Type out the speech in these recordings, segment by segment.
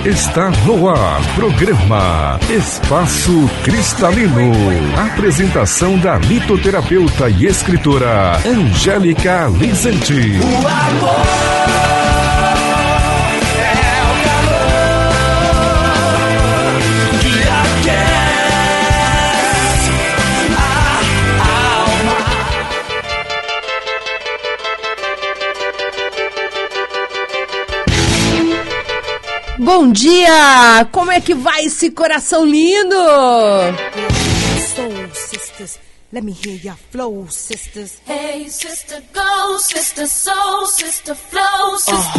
Está no ar, programa Espaço Cristalino. Apresentação da litoterapeuta e escritora Angélica Lizente. O amor é o calor que aquece a alma. Bom dia! Como é que vai esse coração lindo? Soul sisters, let me hear your flow, sisters. Hey, sister, go, sister, soul, sister, flow, sister.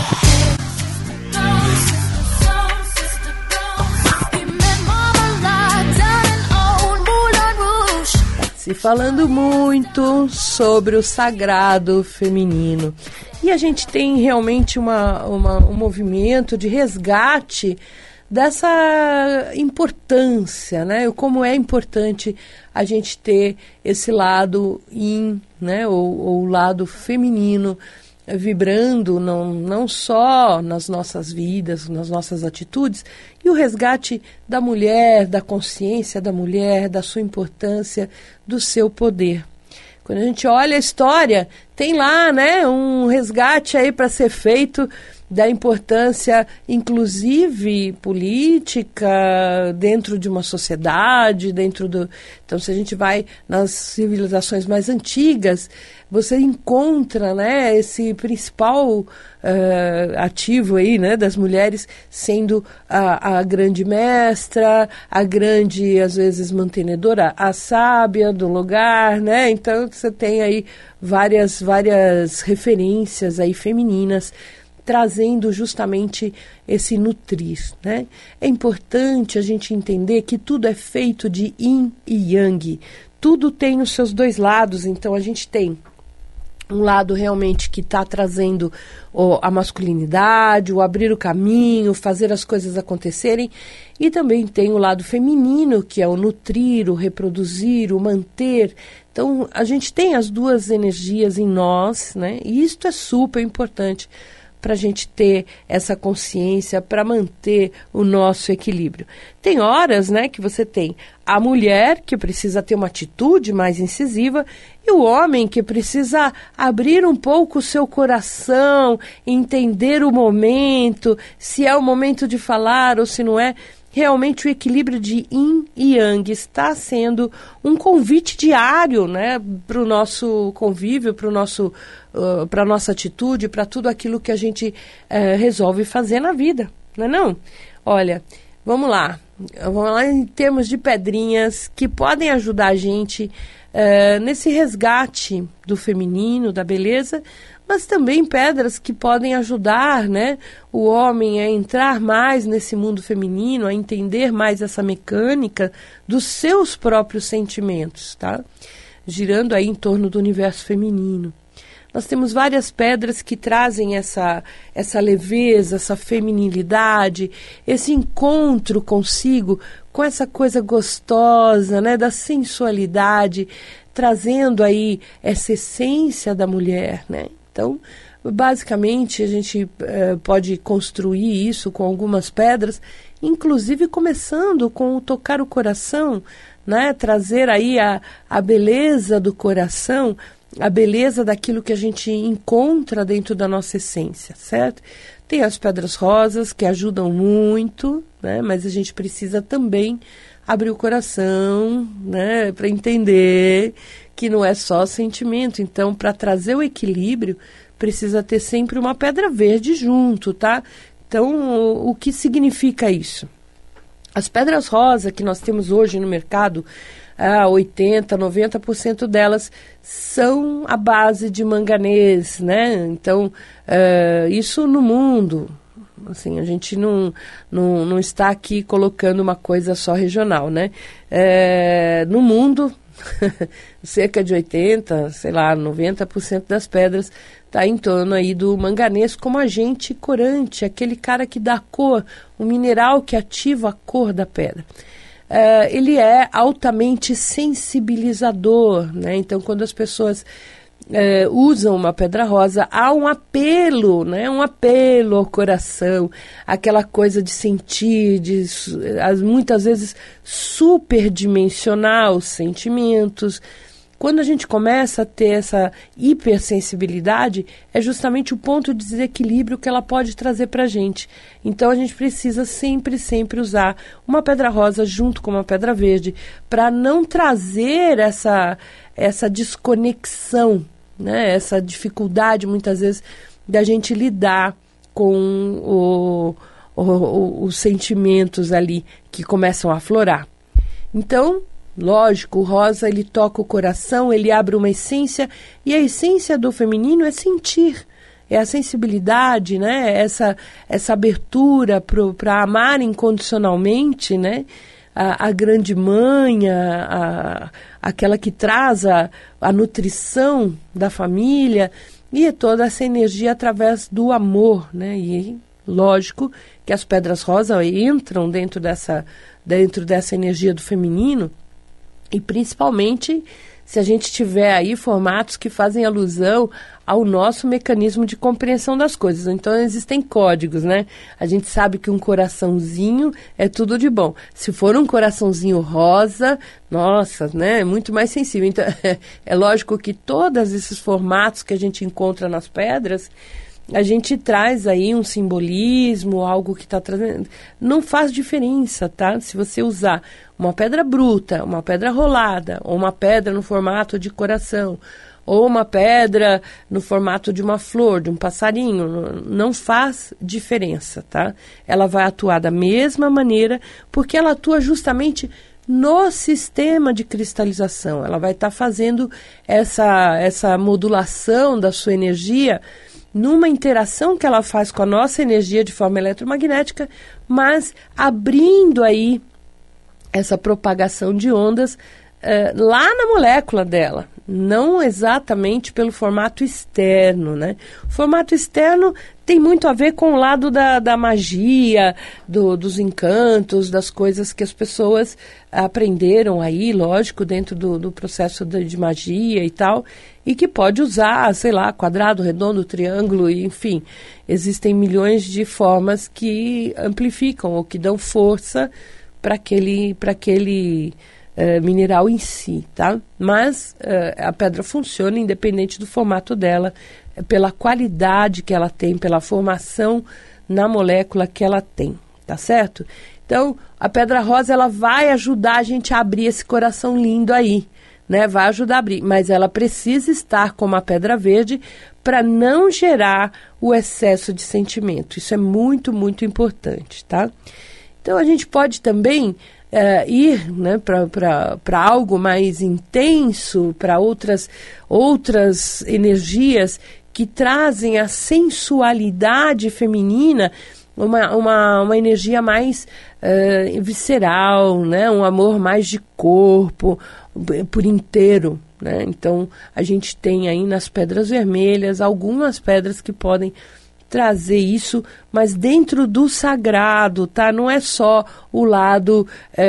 Go, sister, soul, sister, go. Remember the light down in old Moulin Rouge. Se falando muito sobre o sagrado feminino. E a gente tem realmente um movimento de resgate dessa importância, né? Como é importante a gente ter esse lado yin, né? Ou lado feminino vibrando não só nas nossas vidas, nas nossas atitudes, e o resgate da mulher, da consciência da mulher, da sua importância, do seu poder. Quando a gente olha a história, tem lá, né, um resgate aí para ser feito da importância, inclusive política, dentro de uma sociedade, Então, se a gente vai nas civilizações mais antigas, você encontra, né, esse principal ativo aí, né, das mulheres sendo a grande mestra, a grande, às vezes, mantenedora, a sábia do lugar, né? Então, você tem aí várias referências aí femininas trazendo justamente esse nutrir, né? É importante a gente entender que tudo é feito de yin e yang. Tudo tem os seus dois lados, então a gente tem um lado realmente que está trazendo a masculinidade, o abrir o caminho, fazer as coisas acontecerem, e também tem o lado feminino, que é o nutrir, o reproduzir, o manter. Então, a gente tem as duas energias em nós, né? E isto é super importante para a gente ter essa consciência, para manter o nosso equilíbrio. Tem horas, né, que você tem a mulher que precisa ter uma atitude mais incisiva e o homem que precisa abrir um pouco o seu coração, entender o momento, se é o momento de falar ou se não é. Realmente o equilíbrio de yin e yang está sendo um convite diário, né, para o nosso convívio, para a nossa atitude, para tudo aquilo que a gente resolve fazer na vida, não é não? Olha, vamos lá em termos de pedrinhas que podem ajudar a gente nesse resgate do feminino, da beleza, mas também pedras que podem ajudar, né, o homem a entrar mais nesse mundo feminino, a entender mais essa mecânica dos seus próprios sentimentos, tá? Girando aí em torno do universo feminino. Nós temos várias pedras que trazem essa leveza, essa feminilidade, esse encontro consigo, com essa coisa gostosa, né, da sensualidade, trazendo aí essa essência da mulher, né? Então, basicamente, a gente pode construir isso com algumas pedras, inclusive começando com o tocar o coração, né? Trazer aí a beleza do coração, a beleza daquilo que a gente encontra dentro da nossa essência, certo? Tem as pedras rosas que ajudam muito, né? Mas a gente precisa também abrir o coração, né? Para entender que não é só sentimento. Então, para trazer o equilíbrio, precisa ter sempre uma pedra verde junto, tá? Então, o que significa isso? As pedras rosas que nós temos hoje no mercado, 80%, 90% delas são à base de manganês, né? Então, isso no mundo, assim, a gente não está aqui colocando uma coisa só regional, né? No mundo, cerca de 80%, sei lá, 90% das pedras está em torno aí do manganês como agente corante, aquele cara que dá cor, o mineral que ativa a cor da pedra. Ele é altamente sensibilizador, né? Então, quando as pessoas usam uma pedra rosa, há um apelo, né? Um apelo ao coração, aquela coisa de sentir, muitas vezes superdimensionar os sentimentos. Quando a gente começa a ter essa hipersensibilidade, é justamente o ponto de desequilíbrio que ela pode trazer para a gente. Então a gente precisa sempre, sempre usar uma pedra rosa junto com uma pedra verde para não trazer essa desconexão, né? Essa dificuldade muitas vezes da gente lidar com os sentimentos ali que começam a aflorar. Então, lógico, o rosa ele toca o coração, ele abre uma essência, e a essência do feminino é sentir, é a sensibilidade, né? Essa abertura para amar incondicionalmente, né? A grande mãe, aquela que traz a nutrição da família, e toda essa energia através do amor, né? E lógico que as pedras rosa entram dentro dessa energia do feminino, e principalmente se a gente tiver aí formatos que fazem alusão ao nosso mecanismo de compreensão das coisas. Então, existem códigos, né? A gente sabe que um coraçãozinho é tudo de bom. Se for um coraçãozinho rosa, nossa, né? É muito mais sensível. Então, é lógico que todos esses formatos que a gente encontra nas pedras, a gente traz aí um simbolismo, algo que está trazendo. Não faz diferença, tá? Se você usar uma pedra bruta, uma pedra rolada, ou uma pedra no formato de coração, ou uma pedra no formato de uma flor, de um passarinho, não faz diferença, tá? Ela vai atuar da mesma maneira, porque ela atua justamente no sistema de cristalização. Ela vai estar fazendo essa modulação da sua energia numa interação que ela faz com a nossa energia de forma eletromagnética, mas abrindo aí essa propagação de ondas lá na molécula dela, não exatamente pelo formato externo, né? O formato externo tem muito a ver com o lado da magia, dos encantos, das coisas que as pessoas aprenderam aí, lógico, dentro do processo de magia e tal, e que pode usar, sei lá, quadrado, redondo, triângulo, enfim, existem milhões de formas que amplificam ou que dão força para aquele mineral em si, tá? Mas a pedra funciona independente do formato dela, pela qualidade que ela tem, pela formação na molécula que ela tem, tá certo? Então, a pedra rosa, ela vai ajudar a gente a abrir esse coração lindo aí, né? Vai ajudar a abrir, mas ela precisa estar como a pedra verde para não gerar o excesso de sentimento. Isso é muito, muito importante, tá? Então, a gente pode também ir, né, para algo mais intenso, para outras energias que trazem a sensualidade feminina, uma energia mais visceral, né, um amor mais de corpo, por inteiro, né? Então, a gente tem aí nas pedras vermelhas algumas pedras que podem trazer isso, mas dentro do sagrado, tá? Não é só o lado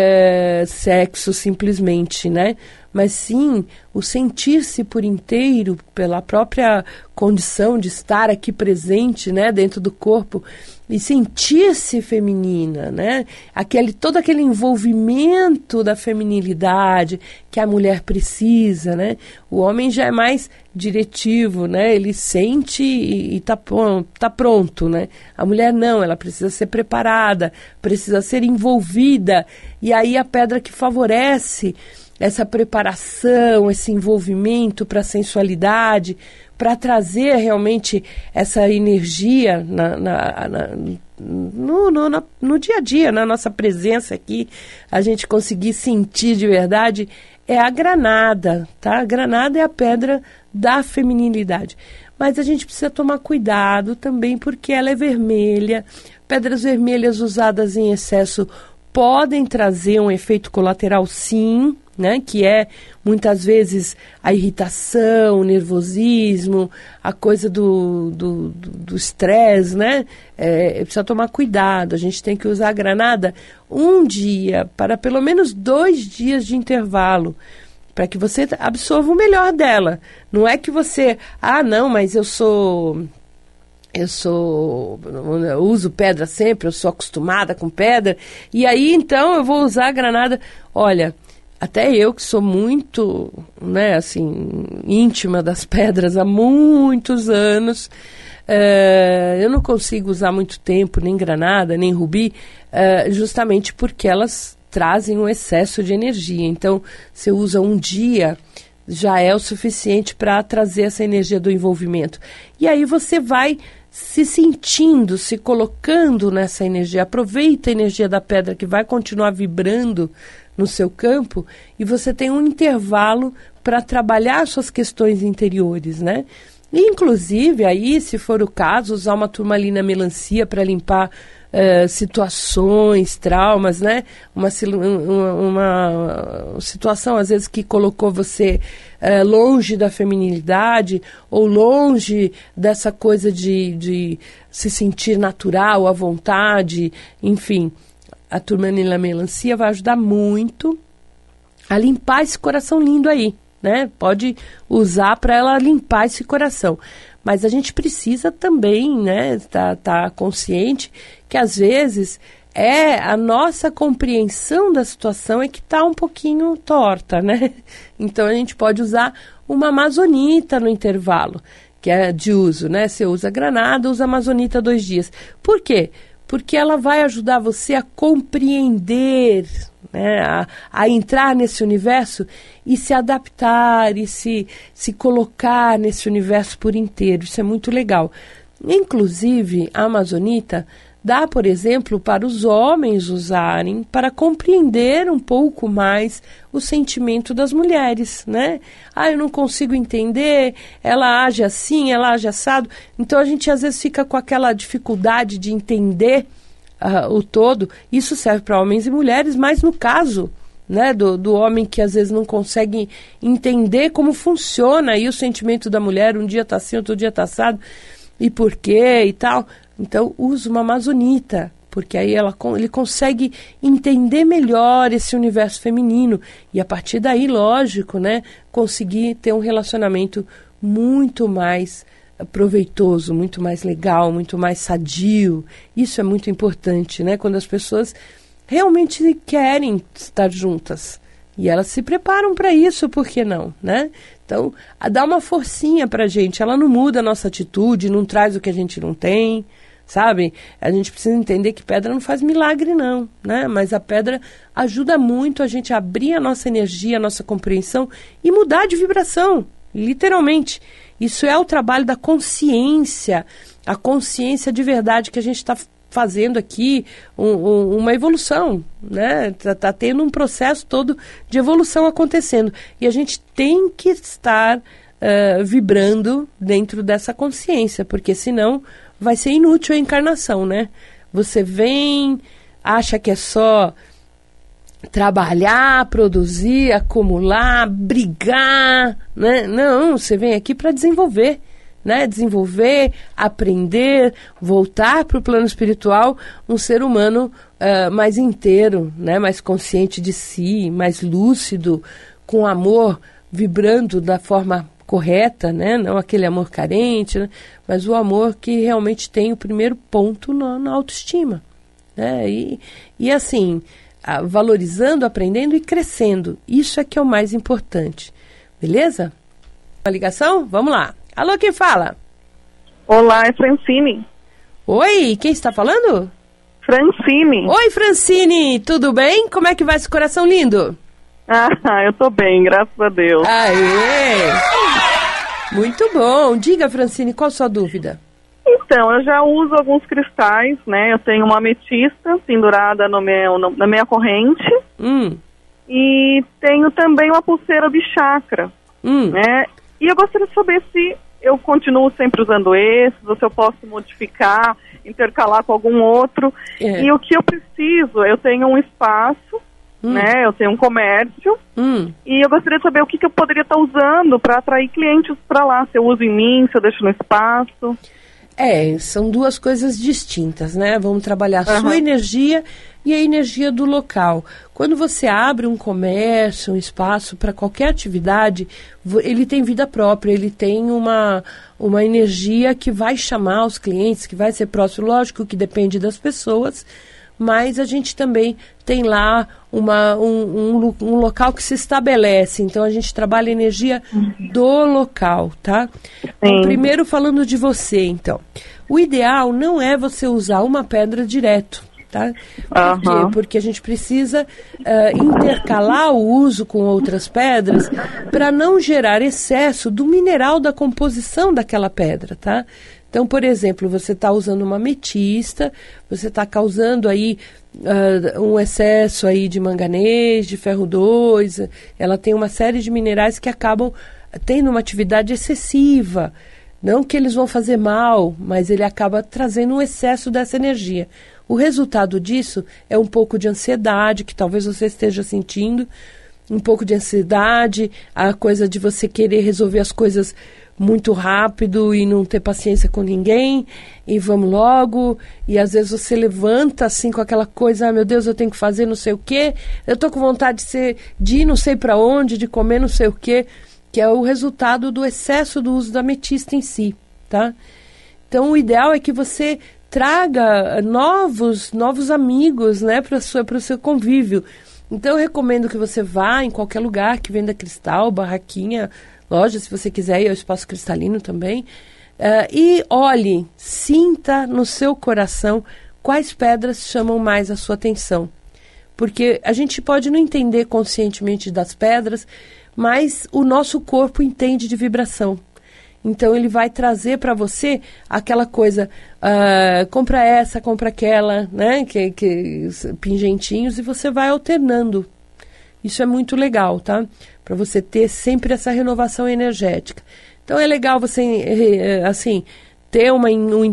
sexo simplesmente, né? Mas sim o sentir-se por inteiro, pela própria condição de estar aqui presente, né? Dentro do corpo, e sentir-se feminina, né? Todo aquele envolvimento da feminilidade que a mulher precisa, né? O homem já é mais diretivo, né? Ele sente e tá pronto, né? A mulher não, ela precisa ser preparada, precisa ser envolvida, e aí a pedra que favorece essa preparação, esse envolvimento para a sensualidade, para trazer realmente essa energia no dia a dia, na nossa presença aqui, a gente conseguir sentir de verdade, é a granada, tá? A granada é a pedra da feminilidade. Mas a gente precisa tomar cuidado também, porque ela é vermelha. Pedras vermelhas usadas em excesso podem trazer um efeito colateral, sim, né, que é muitas vezes a irritação, o nervosismo, a coisa do estresse, né? Precisa tomar cuidado. A gente tem que usar a granada um dia para pelo menos 2 dias de intervalo, para que você absorva o melhor dela. Não é que você, não, mas eu uso pedra sempre, eu sou acostumada com pedra, e aí então eu vou usar a granada. Olha, até eu que sou muito, né, assim, íntima das pedras há muitos anos, eu não consigo usar muito tempo nem granada, nem rubi, justamente porque elas trazem um excesso de energia. Então, você usa um dia, já é o suficiente para trazer essa energia do envolvimento. E aí você vai se sentindo, se colocando nessa energia. Aproveita a energia da pedra que vai continuar vibrando no seu campo e você tem um intervalo para trabalhar suas questões interiores, né? E, inclusive, aí, se for o caso, usar uma turmalina melancia para limpar situações, traumas, né? Uma situação, às vezes, que colocou você longe da feminilidade ou longe dessa coisa de se sentir natural, à vontade, enfim. A turmalina melancia vai ajudar muito a limpar esse coração lindo aí, né? Pode usar para ela limpar esse coração. Mas a gente precisa também, né, tá consciente que às vezes a nossa compreensão da situação é que está um pouquinho torta, né? Então a gente pode usar uma amazonita no intervalo, que é de uso, né? Você usa granada, usa amazonita 2 dias. Por quê? Porque ela vai ajudar você a compreender, né, a entrar nesse universo e se adaptar e se colocar nesse universo por inteiro. Isso é muito legal. Inclusive, a amazonita dá, por exemplo, para os homens usarem para compreender um pouco mais o sentimento das mulheres, né? Eu não consigo entender, ela age assim, ela age assado. Então, a gente às vezes fica com aquela dificuldade de entender o todo. Isso serve para homens e mulheres, mas no caso, né, do homem que às vezes não consegue entender como funciona aí o sentimento da mulher, um dia está assim, outro dia está assado, e por quê e tal. Então, usa uma amazonita, porque aí ele consegue entender melhor esse universo feminino e a partir daí, lógico, né, conseguir ter um relacionamento muito mais proveitoso, muito mais legal, muito mais sadio. Isso é muito importante, né, quando as pessoas realmente querem estar juntas e elas se preparam para isso, por que não, né? Então, dá uma forcinha para a gente, ela não muda a nossa atitude, não traz o que a gente não tem, sabe? A gente precisa entender que pedra não faz milagre não, né? Mas a pedra ajuda muito a gente a abrir a nossa energia, a nossa compreensão e mudar de vibração, literalmente. Isso é o trabalho da consciência, a consciência de verdade que a gente está fazendo aqui, uma evolução, né? Tá tendo um processo todo de evolução acontecendo. E a gente tem que estar vibrando dentro dessa consciência, porque senão vai ser inútil a encarnação, né? Você vem, acha que é só trabalhar, produzir, acumular, brigar, né? Não, você vem aqui para desenvolver, né? Desenvolver, aprender, voltar para o plano espiritual, um ser humano mais inteiro, né? Mais consciente de si, mais lúcido, com amor vibrando da forma correta, né? Não aquele amor carente, né? Mas o amor que realmente tem o primeiro ponto na autoestima, né? E assim, valorizando, aprendendo e crescendo. Isso é que é o mais importante. Beleza? Uma ligação? Vamos lá. Alô, quem fala? Olá, é Francine. Oi, quem está falando? Francine. Oi, Francine, tudo bem? Como é que vai esse coração lindo? Eu tô bem, graças a Deus. Aê! Muito bom. Diga, Francine, qual a sua dúvida? Então, eu já uso alguns cristais, né? Eu tenho uma ametista pendurada na minha corrente. E tenho também uma pulseira de chakra, né? E eu gostaria de saber se eu continuo sempre usando esses, ou se eu posso modificar, intercalar com algum outro. E o que eu preciso, eu tenho um espaço, né? Eu tenho um comércio. E eu gostaria de saber o que eu poderia estar usando para atrair clientes para lá. Se eu uso em mim, se eu deixo no espaço. São duas coisas distintas, né? Vamos trabalhar a sua energia e a energia do local. Quando você abre um comércio, um espaço para qualquer atividade, ele tem vida própria, ele tem uma energia que vai chamar os clientes, que vai ser próximo, lógico que depende das pessoas, mas a gente também tem lá um local que se estabelece, então a gente trabalha a energia do local, tá? Então, primeiro falando de você, então. O ideal não é você usar uma pedra direto, tá? Por quê? Porque a gente precisa intercalar o uso com outras pedras para não gerar excesso do mineral da composição daquela pedra, tá? Então, por exemplo, você está usando uma ametista, você está causando aí um excesso aí de manganês, de ferro 2, ela tem uma série de minerais que acabam tendo uma atividade excessiva. Não que eles vão fazer mal, mas ele acaba trazendo um excesso dessa energia. O resultado disso é um pouco de ansiedade, que talvez você esteja sentindo, um pouco de ansiedade, a coisa de você querer resolver as coisas muito rápido e não ter paciência com ninguém, e vamos logo, e às vezes você levanta assim com aquela coisa, meu Deus, eu tenho que fazer não sei o quê, eu tô com vontade de ir não sei para onde, de comer não sei o quê, que é o resultado do excesso do uso da ametista em si, tá? Então o ideal é que você traga novos amigos, né, para o seu convívio. Então eu recomendo que você vá em qualquer lugar que venda cristal, barraquinha, loja, se você quiser ir ao Espaço Cristalino também, e olhe, sinta no seu coração quais pedras chamam mais a sua atenção. Porque a gente pode não entender conscientemente das pedras, mas o nosso corpo entende de vibração. Então ele vai trazer para você aquela coisa, compra essa, compra aquela, né, que pingentinhos, e você vai alternando. Isso é muito legal, tá? Para você ter sempre essa renovação energética. Então é legal você, assim, ter um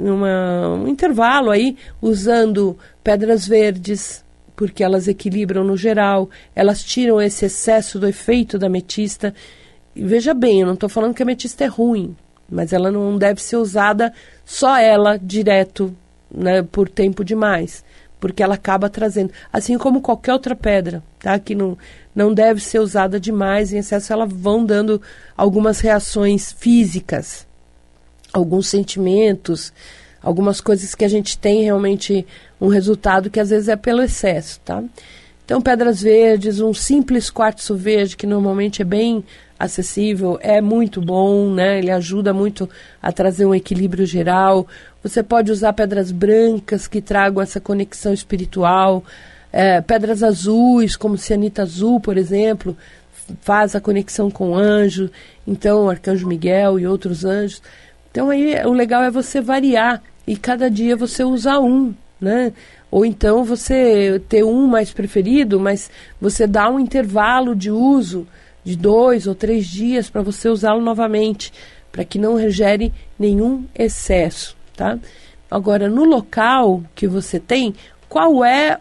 intervalo aí, usando pedras verdes, porque elas equilibram no geral, elas tiram esse excesso do efeito da ametista. E veja bem, eu não estou falando que a ametista é ruim, mas ela não deve ser usada só ela direto, né, por tempo demais, porque ela acaba trazendo, assim como qualquer outra pedra, tá, que não deve ser usada demais, em excesso elas vão dando algumas reações físicas, alguns sentimentos, algumas coisas que a gente tem realmente um resultado que às vezes é pelo excesso, tá? Então pedras verdes, um simples quartzo verde, que normalmente é bem acessível, é muito bom, né? Ele ajuda muito a trazer um equilíbrio geral. Você pode usar pedras brancas que tragam essa conexão espiritual, pedras azuis, como cianita azul, por exemplo, faz a conexão com o anjo, então o arcanjo Miguel e outros anjos. Então aí o legal é você variar e cada dia você usar um, né? Ou então você ter um mais preferido, mas você dá um intervalo de uso de 2 ou 3 dias para você usá-lo novamente, para que não gere nenhum excesso, tá? Agora, no local que você tem, qual é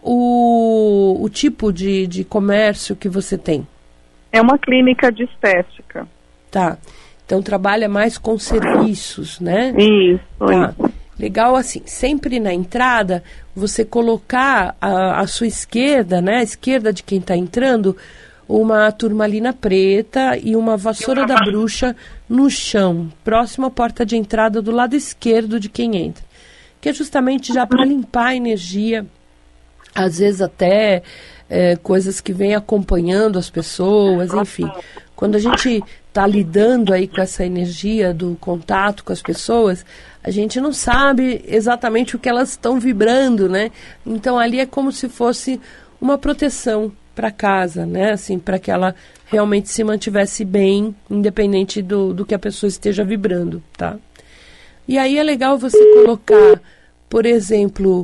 o tipo de comércio que você tem? É uma clínica de estética. Tá. Então trabalha mais com serviços, né? Isso. Tá. Legal, assim, sempre na entrada, você colocar a sua esquerda, né? A esquerda de quem está entrando, uma turmalina preta e uma vassoura da bruxa no chão, próximo à porta de entrada do lado esquerdo de quem entra. Que é justamente já para limpar a energia, às vezes até coisas que vêm acompanhando as pessoas, enfim. Quando a gente está lidando aí com essa energia do contato com as pessoas, a gente não sabe exatamente o que elas estão vibrando, né? Então ali é como se fosse uma proteção para casa, né? Assim, para que ela realmente se mantivesse bem, independente do que a pessoa esteja vibrando, tá? E aí é legal você colocar, por exemplo,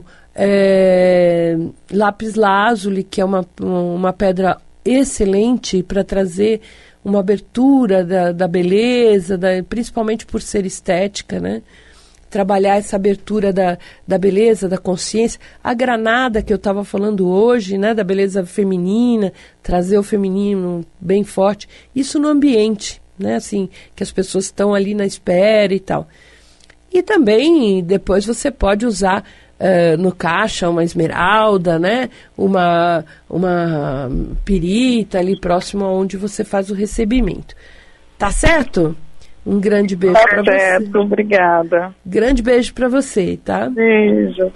lápis lazuli, que é uma pedra excelente para trazer uma abertura da beleza, principalmente por ser estética, né? Trabalhar essa abertura da beleza, da consciência. A granada que eu estava falando hoje, né, da beleza feminina, trazer o feminino bem forte, isso no ambiente, né, assim, que as pessoas estão ali na espera e tal. E também, depois você pode usar no caixa uma esmeralda, né? Uma pirita ali próximo aonde você faz o recebimento. Tá certo? Um grande beijo para você. Tá certo, obrigada. Grande beijo para você, tá? Beijo.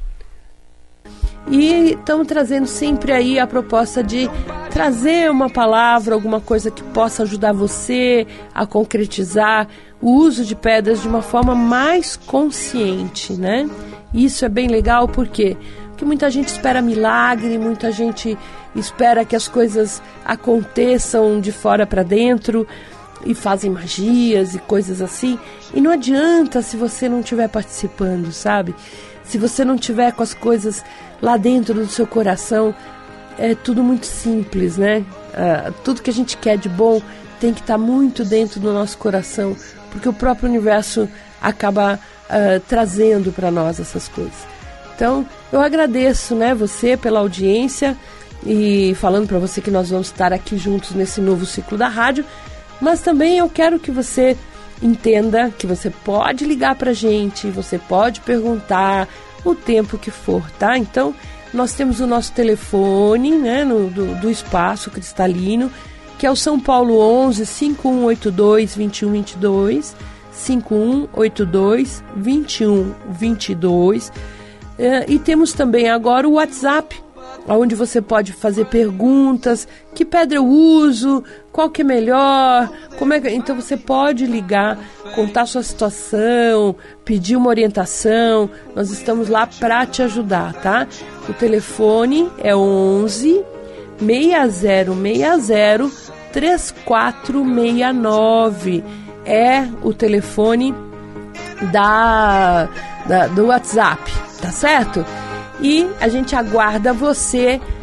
E estamos trazendo sempre aí a proposta de trazer uma palavra, alguma coisa que possa ajudar você a concretizar o uso de pedras de uma forma mais consciente, né? Isso é bem legal, por quê? Porque muita gente espera milagre, muita gente espera que as coisas aconteçam de fora para dentro e fazem magias e coisas assim. E não adianta se você não estiver participando, sabe? Se você não tiver com as coisas lá dentro do seu coração, é tudo muito simples, né? Tudo que a gente quer de bom tem que estar muito dentro do nosso coração, porque o próprio universo acaba trazendo para nós essas coisas. Então, eu agradeço, né, você pela audiência e falando para você que nós vamos estar aqui juntos nesse novo ciclo da rádio, mas também eu quero que você entenda que você pode ligar pra gente, você pode perguntar o tempo que for, tá? Então, nós temos o nosso telefone, né, do Espaço Cristalino, que é o São Paulo 11 5182 2122, 5182 2122. E temos também agora o WhatsApp, onde você pode fazer perguntas, que pedra eu uso, qual que é melhor, então você pode ligar, contar sua situação, pedir uma orientação, nós estamos lá para te ajudar, tá? O telefone é 11 6060 3469, é o telefone do WhatsApp, tá certo? E a gente aguarda você